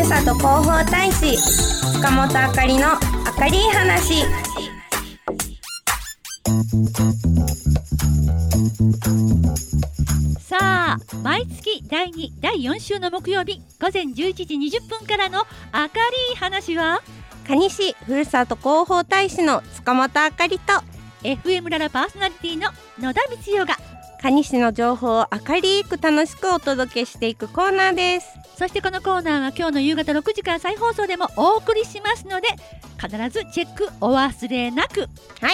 るさと広報大使塚本あかりのあかり話。 さあ、毎月第2、第4週の木曜日午前11時20分からのあかり話は、 蟹市ふるさと広報大使の塚本あかりと FM ララパーソナリティの野田光代が蟹市の情報を明るく楽しくお届けしていくコーナーです。 そしてこのコーナーは今日の夕方6時から再放送でもお送りしますので、必ずチェックお忘れなく。 はい。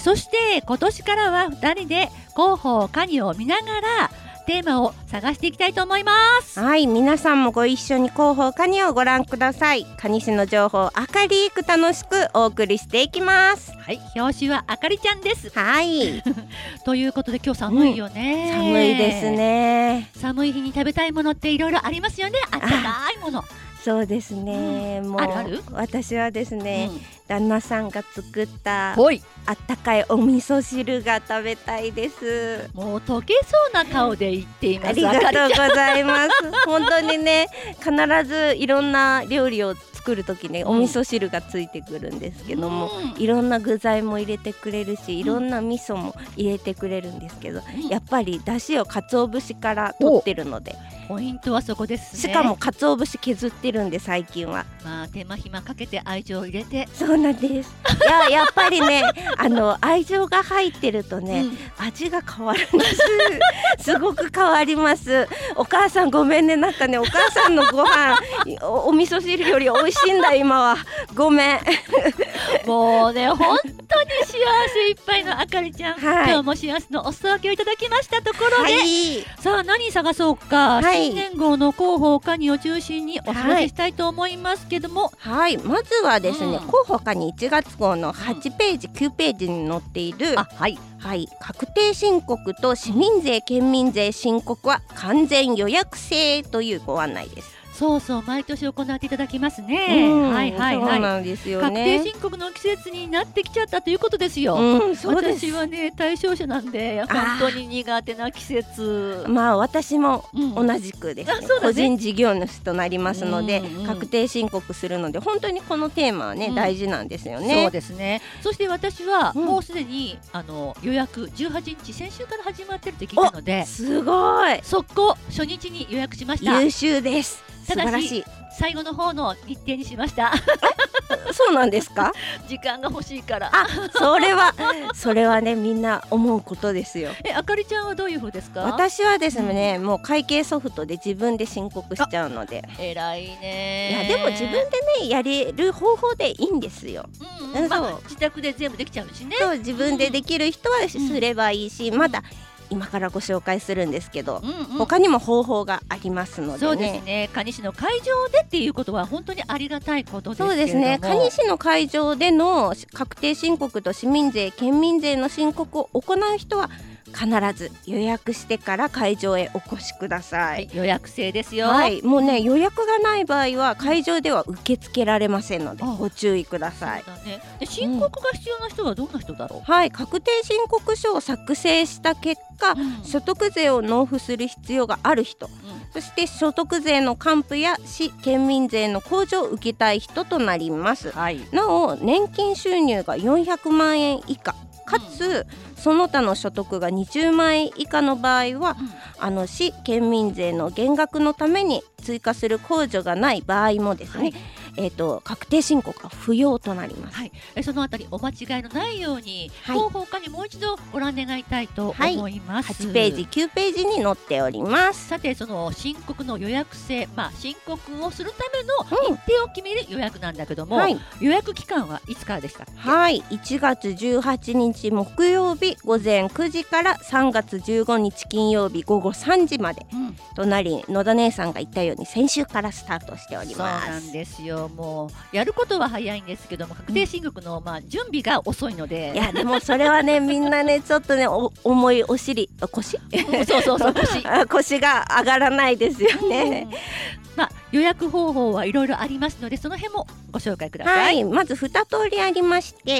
そして今年からは2人で広報カニを見ながらテーマを探していきたいと思います。 はい、皆さんもご一緒に広報カニをご覧ください。蟹市の情報を明るく楽しくお送りしていきます。 はい、表紙はあかりちゃんです。 はいということで今日寒いよね、 寒いですね。 寒い日に食べたいものっていろいろありますよね。あったかいもの。 そうですね、もうある私はですね、旦那さんが作ったあったかいお味噌汁が食べたいです。 もう溶けそうな顔で言っています。 ありがとうございます本当にね、必ずいろんな料理を作るときね、お味噌汁がついてくるんですけども、いろんな具材も入れてくれるし、いろんな味噌も入れてくれるんですけど、やっぱり出汁を鰹節から取ってるので、 ポイントはそこですね。 しかも鰹節削ってるんで、最近はまあ手間暇かけて愛情を入れて。 そうなんです。やっぱりね愛情が入ってるとね、味が変わるんですすごく変わります。お母さんごめんね、なんかね、お母さんのご飯お味噌汁より美味しいんだ今は、ごめんもうね、本当に幸せいっぱいのあかりちゃん、今日も幸せのお裾分けをいただきましたところで、さあ何探そうか、新年号の広報カニを中心にお届けしたいと思いますけども、 まずはですね、広報カニ1月号の8ページ、9ページに載っている、確定申告と市民税県民税申告は完全予約制というご案内です。 そうそう、毎年行っていただきますね。 そうなんですよね。 確定申告の季節になってきちゃったということですよ。 そうです。 私はね、対象者なんで本当に苦手な季節。 まあ私も同じくですね、個人事業主となりますので、確定申告するので、本当にこのテーマはね、大事なんですよね。 そうですね。そして私はもうすでに予約18日先週から始まってるって聞いたので、 すごい、 速攻初日に予約しました。 優秀です。素晴らしい。 最後の方の日程にしましたそうなんですか時間が欲しいから。 それはね、みんな思うことですよ。 あかりちゃんはどういう風ですか？ 私はですね、もう会計ソフトで自分で申告しちゃうので。 偉いね。 いやでも自分でね、やれる方法でいいんですよ。 自宅で全部できちゃうしね。 そう、自分でできる人はすればいいし、まだ今からご紹介するんですけど、他にも方法がありますのでね。 そうですね、蟹市の会場でっていうことは本当にありがたいことですけれども。 そうですね、蟹市の会場での確定申告と市民税県民税の申告を行う人は必ず予約してから会場へお越しください。 予約制ですよ。 もうね、予約がない場合は会場では受け付けられませんのでご注意ください。 で、申告が必要な人はどんな人だろう。 確定申告書を作成した結果、所得税を納付する必要がある人、そして所得税の還付や市県民税の控除を受けたい人となります。なお、年金収入が400万円以下かつその他の所得が20万円以下の場合は、市県民税の減額のために追加する控除がない場合もですね、確定申告が不要となります。 そのあたりお間違いのないように、広報課にもう一度ご覧願いたいと思います。 8ページ9ページに載っております。 さて、その申告の予約制、申告をするための日程を決める予約なんだけども、予約期間はいつからでしたっけ ？1月18日木曜日午前9時から3月15日金曜日午後3時までとなり、野田姉さんが言ったように先週からスタートしております。 そうなんですよ。もうやることは早いんですけども、確定申告の準備が遅いので。 いやでもそれはね、みんなねちょっとね、重いお尻腰腰が上がらないですよね。 予約方法はいろいろありますので、その辺もご紹介ください。 まず2通りありまして、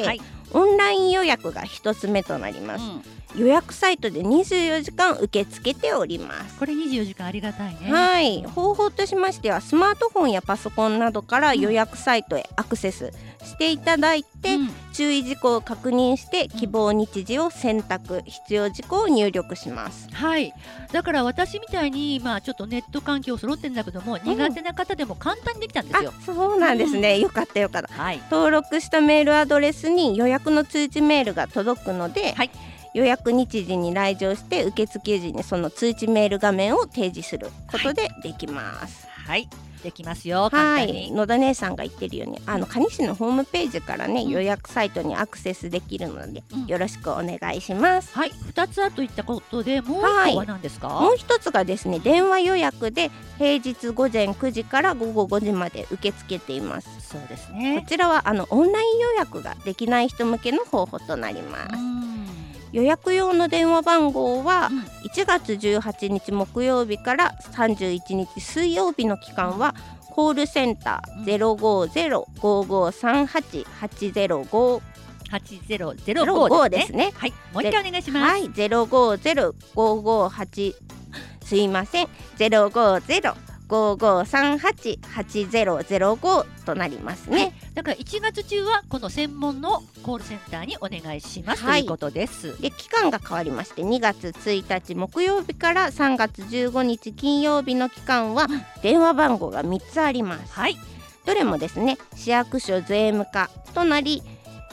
オンライン予約が1つ目となります、予約サイトで24時間受け付けております。 これ24時間ありがたいね。 はい、方法としましてはスマートフォンやパソコンなどから予約サイトへアクセスしていただいて、注意事項を確認して希望日時を選択、必要事項を入力します。 はい、だから私みたいに、ちょっとネット環境揃ってるんだけども、苦手な方でも簡単にできたんですよ。 そうなんですね、よかったよかった、登録したメールアドレスに予約の通知メールが届くので、予約日時に来場して受付時にその通知メール画面を提示することでできます。 できますよ、簡単に。 野田姉さんが言ってるように蟹市のホームページからね、予約サイトにアクセスできるので、よろしくお願いします。 2つあるといったことで、もう1個は何ですか？ もう1つがですね、電話予約で平日午前9時から午後5時まで受け付けています。 そうですね。 こちらはオンライン予約ができない人向けの方法となります。予約用の電話番号は1月18日木曜日から31日水曜日の期間はコールセンター 050-5538-805 8005ですね。もう一回お願いします。 050-558すいません、050-5538-8005となりますね。 だから1月中はこの専門のコールセンターにお願いします、ということです。 で、期間が変わりまして2月1日木曜日から3月15日金曜日の期間は電話番号が3つあります。どれもですね、市役所税務課となり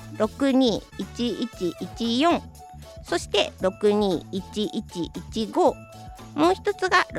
621114、そして621115、もう一つが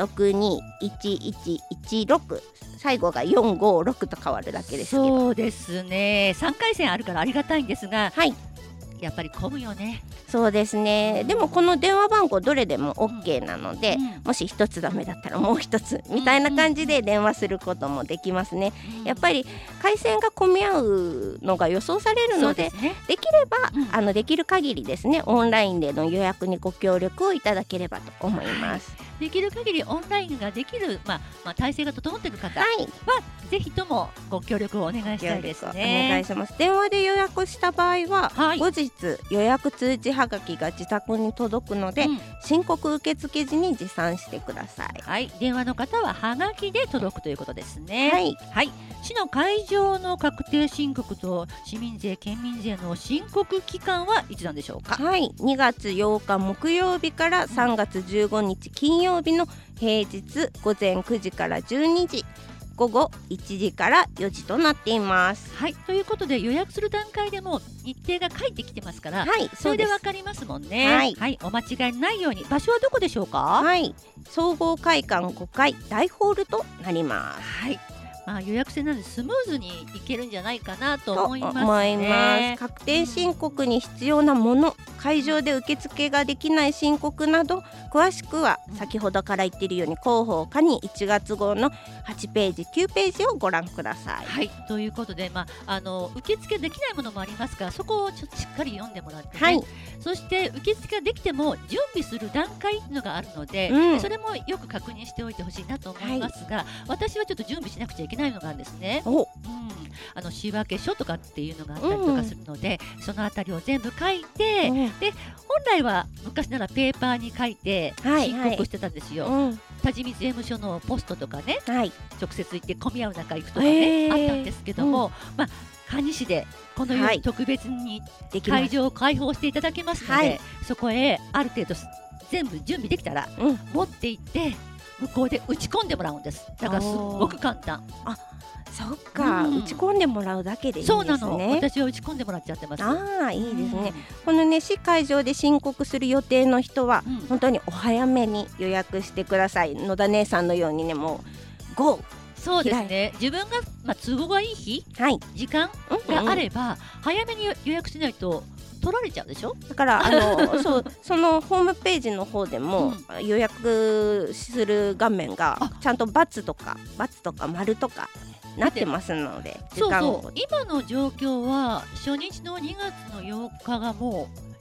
621116、最後が456と変わるだけですけど。 そうですね、3回戦あるからありがたいんですが、やっぱり混むよね。 そうですね。でもこの電話番号どれでも OK なので、もし一つダメだったらもう一つみたいな感じで電話することもできますね。やっぱり回線が混み合うのが予想されるので、できればできる限りですね、オンラインでの予約にご協力をいただければと思います。 できる限りオンラインができる、体制が整っている方は、ぜひともご協力をお願いしたいですね。 お願いします。電話で予約した場合は、後日予約通知はがきが自宅に届くので、申告受付時に持参してください。 電話の方ははがきで届くということですね。市の会場の確定申告と市民税県民税の申告期間はいつなんでしょうか ？2月8日木曜日から3月15日金曜日の平日午前9時から12時、午後1時から4時となっています。 ということで予約する段階でも日程が書いてきてますから、それでわかりますもんね。お間違いないように。場所はどこでしょうか？ 総合会館5階大ホールとなります。 予約制なのでスムーズにいけるんじゃないかなと思いますね。 確定申告に必要なもの、会場で受付ができない申告など詳しくは先ほどから言っているように広報課に1月号の8ページ9ページをご覧ください。 ということで、受付できないものもありますから、そこをちょっとしっかり読んでもらって、そして受付ができても準備する段階のがあるので、それもよく確認しておいてほしいなと思いますが、私はちょっと準備しなくちゃいけないのがあるんですね。仕分け書とかっていうのがあったりとかするので、そのあたりを全部書いて、で本来は昔ならペーパーに書いて申告してたんですよ。多治見税務署のポストとかね、直接行って混み合う中行くとかね、あったんですけども、蟹市でこのように特別に会場を開放していただけますので、そこへある程度全部準備できたら、持って行って向こうで打ち込んでもらうんです。だからすごく簡単。 そっか、打ち込んでもらうだけでいいんですね。 そうなの、私は打ち込んでもらっちゃってます。 いいですね。このね、市会場で申告する予定の人は、本当にお早めに予約してください。野田姉さんのようにね、もうゴー。 そうですね、自分が、都合がいい日、時間があれば、早めに予約しないと取られちゃうでしょ。 だからそのホームページの方でも、予約する画面がちゃんと×とか丸とかなってますので、 今の状況は初日の2月の8日がもう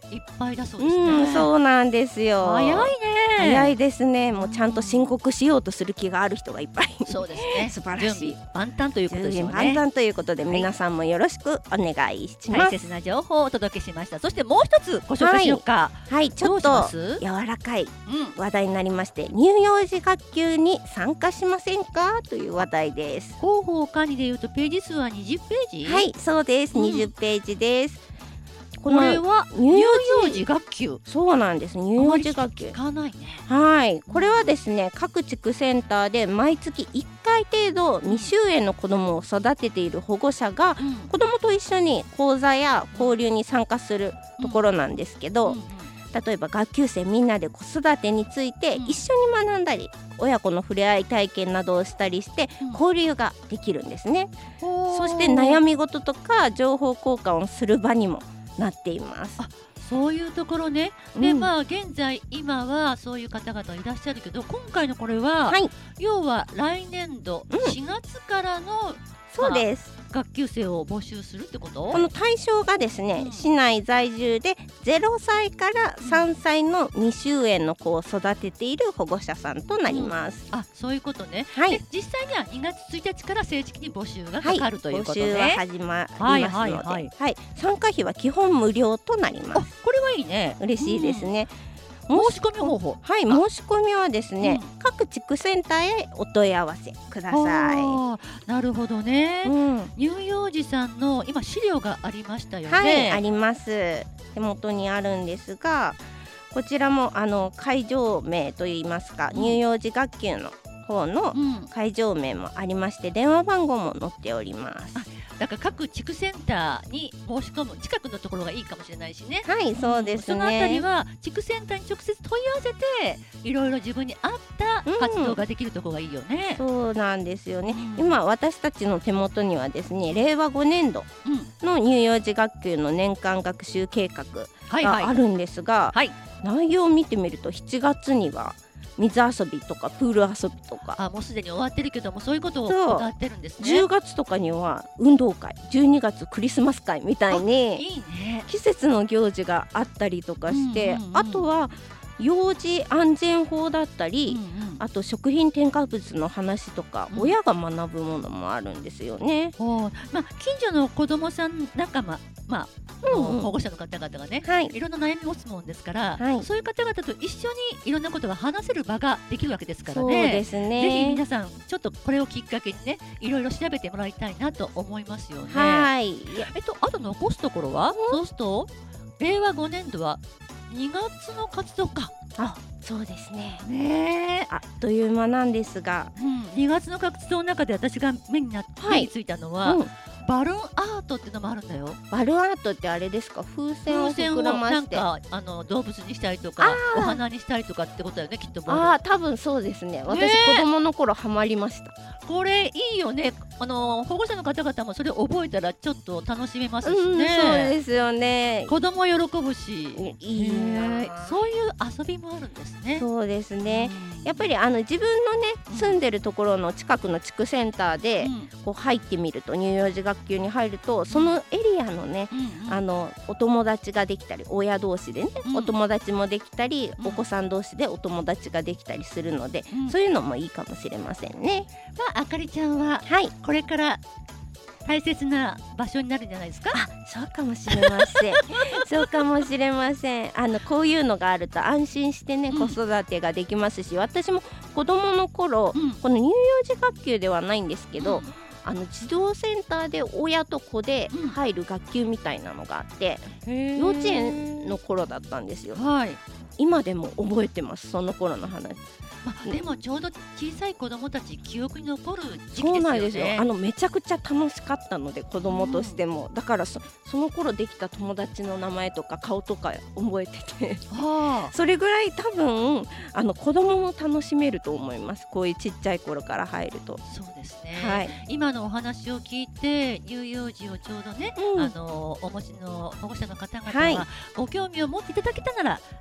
いっぱいだそうですね。 そうなんですよ。 早いね。 早いですね。もうちゃんと申告しようとする気がある人がいっぱい。 そうですね。 素晴らしい。 準備万端ということですよね。 万端ということで、皆さんもよろしくお願いします。 大切な情報をお届けしました。そしてもう一つご紹介しようか。 はい、ちょっと柔らかい話題になりまして、乳幼児学級に参加しませんかという話題です。 広報管理でいうとページ数は20ページ。 はい、そうです。20ページです。 これは乳幼児学級。 そうなんです。乳幼児学級。 聞かないね。 はい、これはですね、各地区センターで毎月1回程度未就園の子どもを育てている保護者が子どもと一緒に講座や交流に参加するところなんですけど、例えば学級生みんなで子育てについて一緒に学んだり、親子の触れ合い体験などをしたりして交流ができるんですね。そして悩み事とか情報交換をする場にもなっています。 そういうところね。で、現在今はそういう方々いらっしゃるけど、今回のこれは、要は来年度4月からの、 そうです。 学級生を募集するってこと？ この対象がですね、市内在住で0歳から3歳の未就園の子を育てている保護者さんとなります。 そういうことね。 で実際には2月1日から正式に募集がかかるということで、 募集は始まりますので、参加費は基本無料となります。 これはいいね。 嬉しいですね。 申し込み方法。 申し込みはですね、各地区センターへお問い合わせください。 なるほどね。乳幼児さんの今資料がありましたよね。 はい、あります。手元にあるんですが、こちらも会場名といいますか、乳幼児学級の方の会場名もありまして、電話番号も載っております。 だから各地区センターに申し込む、近くのところがいいかもしれないしね。 はい、そうですね。 そのあたりは地区センターに直接問い合わせて、いろいろ自分に合った活動ができるところがいいよね。 そうなんですよね。今私たちの手元にはですね、令和5年度の乳幼児学級の年間学習計画があるんですが、内容を見てみると7月には水遊びとかプール遊びとか、 もうすでに終わってるけども、そういうことを行ってるんですね。 10月とかには運動会、12月クリスマス会みたいに季節の行事があったりとかして、あとは幼児安全法だったり、あと食品添加物の話とか、親が学ぶものもあるんですよね。 近所の子どもさん仲間、保護者の方々がね、いろんな悩みを持つもんですから、そういう方々と一緒にいろんなことが話せる場ができるわけですからね。 そうですね。 ぜひ皆さんちょっとこれをきっかけにね、いろいろ調べてもらいたいなと思いますよね。あと残すところは、そうすると令和5年度は2月の活動か。 そうですね。あっという間なんですが、 2月の活動の中で私が目についたのは、バルーンアートっていうのもあるんだよ。 バルーンアートってあれですか？風船を膨らましてなんか動物にしたりとかお花にしたりとかってことだよね、きっと。 多分そうですね。私子供の頃ハマりました。 これいいよね。保護者の方々もそれ覚えたらちょっと楽しめますしね。 そうですよね。 子供喜ぶし、 いいな。 そういう遊びもあるんですね。 そうですね。やっぱり自分のね住んでるところの近くの地区センターでこう入ってみると、乳幼児学級に入ると、そのエリアのねお友達ができたり、親同士でねお友達もできたり、お子さん同士でお友達ができたりするので、そういうのもいいかもしれませんね。 あかりちゃんはこれから大切な場所になるんじゃないですか？ そうかもしれません。そうかもしれません。こういうのがあると安心してね、子育てができますし、私も子供の頃、この乳幼児学級ではないんですけど、児童センターで親と子で入る学級みたいなのがあって、幼稚園の頃だったんですよ。今でも覚えてます、その頃の話。 でもちょうど小さい子どもたち記憶に残る時期ですよね。 そうなんですよ。めちゃくちゃ楽しかったので、子どもとしても、だからその頃できた友達の名前とか顔とか覚えててそれぐらい多分子どもも楽しめると思います。こういうちっちゃい頃から入ると。 そうですね。今のお話を聞いて、乳幼児をちょうどね、お持ちの保護者の方々はご興味を持っていただけたなら、ぜひとも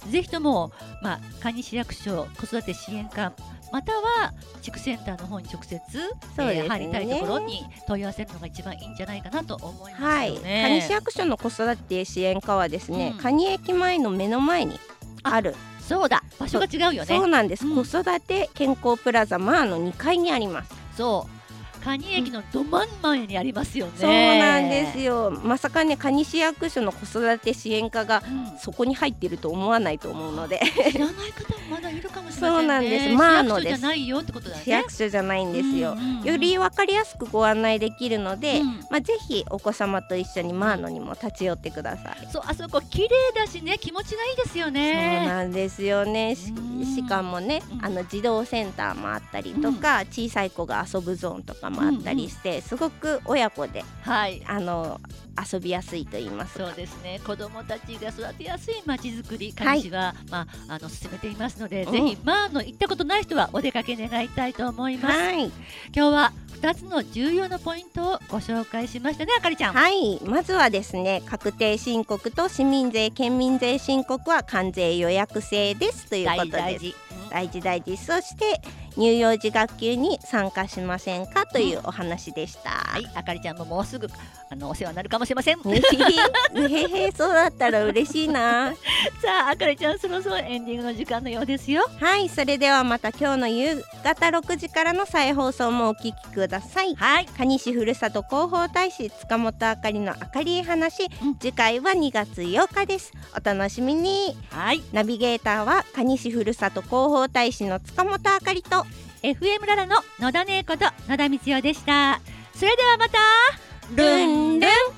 も、蟹市役所子育て支援課または地区センターの方に直接、入りたいところに問い合わせるのが一番いいんじゃないかなと思いますよね。 蟹市役所の子育て支援課はですね、蟹駅前の目の前にある。 そうだ、場所が違うよね。 そうなんです、子育て健康プラザの2階にあります。 そう、蟹駅のど真ん前にありますよね。 そうなんですよ。まさかね、蟹市役所の子育て支援課がそこに入ってると思わないと思うので、 知らない方もまだいるかもしれませんね。 そうなんです。 市役所じゃないよってことだね。 市役所じゃないんですよ。より分かりやすくご案内できるので、ぜひお子様と一緒にマーノにも立ち寄ってください。 そう、あそこ綺麗だしね、気持ちがいいですよね。 そうなんですよね。しかもね、児童センターもあったりとか、小さい子が遊ぶゾーンとかもあったりして、すごく親子で、遊びやすいと言いますか。 そうですね、子どもたちが育てやすいまちづくり、蟹市は、進めていますので、ぜひ行ったことない人はお出かけ願いたいと思います。今日は2つの重要なポイントをご紹介しましたね、あかりちゃん。 まずはですね、確定申告と市民税県民税申告は関税予約制ですということです。大事。そして乳幼児学級に参加しませんかというお話でした。 あかりちゃんももうすぐお世話になるかもしれません。 そうだったら嬉しいな。 さあ、あかりちゃん、そろそろエンディングの時間のようですよ。 それではまた今日の夕方6時からの再放送もお聞きください。蟹市ふるさと広報大使塚本あかりのあかり話、次回は2月8日です。お楽しみに。ナビゲーターは蟹市ふるさと広報大使の塚本あかりと FM ララの野田姉こと野田光代でした。それではまた。 ルンルン。